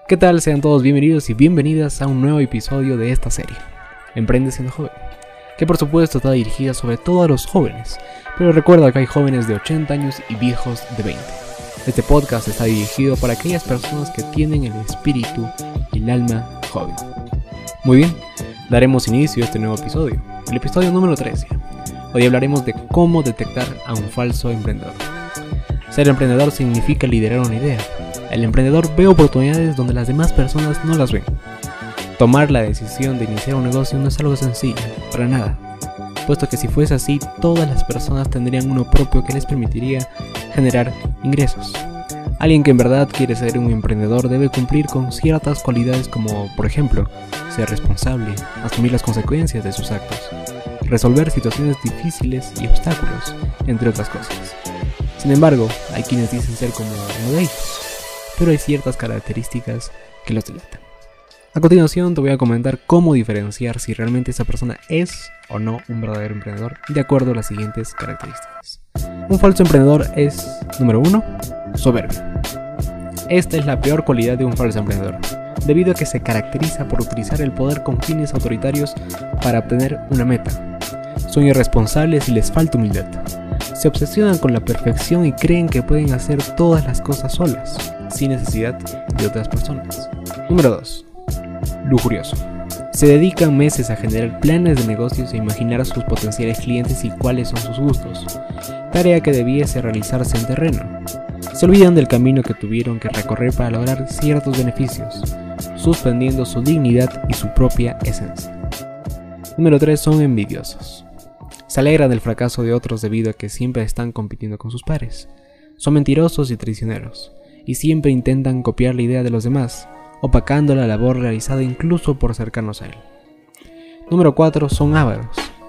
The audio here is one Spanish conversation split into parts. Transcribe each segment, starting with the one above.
¿Qué tal? Sean todos bienvenidos y bienvenidas a un nuevo episodio de esta serie, Emprende siendo joven, que por supuesto está dirigida sobre todo a los jóvenes, pero recuerda que hay jóvenes de 80 años y viejos de 20. Este podcast está dirigido para aquellas personas que tienen el espíritu y el alma joven. Muy bien, daremos inicio a este nuevo episodio, el episodio número 13. Hoy hablaremos de cómo detectar a un falso emprendedor. Ser emprendedor significa liderar una idea. El emprendedor ve oportunidades donde las demás personas no las ven. Tomar la decisión de iniciar un negocio no es algo sencillo, para nada, puesto que si fuese así, todas las personas tendrían uno propio que les permitiría generar ingresos. Alguien que en verdad quiere ser un emprendedor debe cumplir con ciertas cualidades como, por ejemplo, ser responsable, asumir las consecuencias de sus actos, resolver situaciones difíciles y obstáculos, entre otras cosas. Sin embargo, hay quienes dicen ser como uno de ellos, pero hay ciertas características que los delatan. A continuación te voy a comentar cómo diferenciar si realmente esa persona es o no un verdadero emprendedor de acuerdo a las siguientes características. Un falso emprendedor es, número 1, soberbio. Esta es la peor cualidad de un falso emprendedor, debido a que se caracteriza por utilizar el poder con fines autoritarios para obtener una meta. Son irresponsables y les falta humildad. Se obsesionan con la perfección y creen que pueden hacer todas las cosas solas, sin necesidad de otras personas. Número 2. Lujurioso. Se dedican meses a generar planes de negocios e imaginar a sus potenciales clientes y cuáles son sus gustos, tarea que debiese realizarse en terreno. Se olvidan del camino que tuvieron que recorrer para lograr ciertos beneficios, suspendiendo su dignidad y su propia esencia. Número 3. Son envidiosos. Se alegran del fracaso de otros debido a que siempre están compitiendo con sus pares. Son mentirosos y traicioneros, y siempre intentan copiar la idea de los demás, opacando la labor realizada incluso por cercanos a él. Número 4. Son ávaros.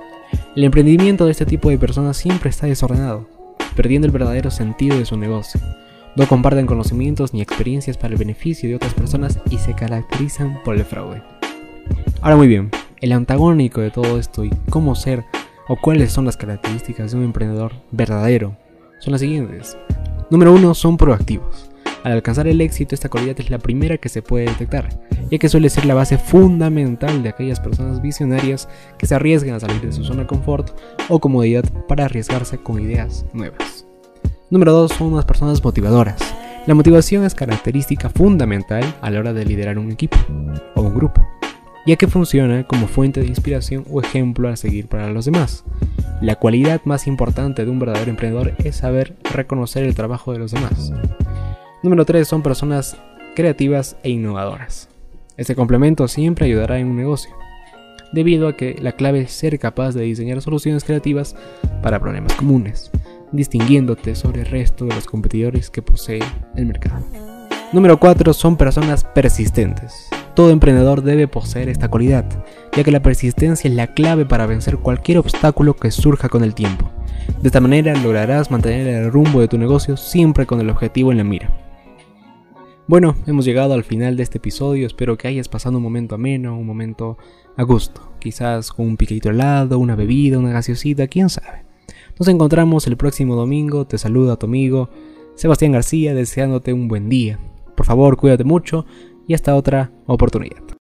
El emprendimiento de este tipo de personas siempre está desordenado, perdiendo el verdadero sentido de su negocio. No comparten conocimientos ni experiencias para el beneficio de otras personas y se caracterizan por el fraude. Ahora muy bien, el antagónico de todo esto y cómo ser o cuáles son las características de un emprendedor verdadero son las siguientes. Número 1. Son proactivos. Al alcanzar el éxito, esta cualidad es la primera que se puede detectar, ya que suele ser la base fundamental de aquellas personas visionarias que se arriesgan a salir de su zona de confort o comodidad para arriesgarse con ideas nuevas. Número 2. Son unas personas motivadoras. La motivación es característica fundamental a la hora de liderar un equipo o un grupo, ya que funciona como fuente de inspiración o ejemplo a seguir para los demás. La cualidad más importante de un verdadero emprendedor es saber reconocer el trabajo de los demás. Número 3. Son personas creativas e innovadoras. Este complemento siempre ayudará en un negocio, debido a que la clave es ser capaz de diseñar soluciones creativas para problemas comunes, distinguiéndote sobre el resto de los competidores que posee el mercado. Número 4. Son personas persistentes. Todo emprendedor debe poseer esta cualidad, ya que la persistencia es la clave para vencer cualquier obstáculo que surja con el tiempo. De esta manera lograrás mantener el rumbo de tu negocio siempre con el objetivo en la mira. Bueno, hemos llegado al final de este episodio, espero que hayas pasado un momento ameno, un momento a gusto, quizás con un piquito de helado, una bebida, una gaseosita, quién sabe. Nos encontramos el próximo domingo, te saluda tu amigo Sebastián García deseándote un buen día. Por favor, cuídate mucho y hasta otra oportunidad.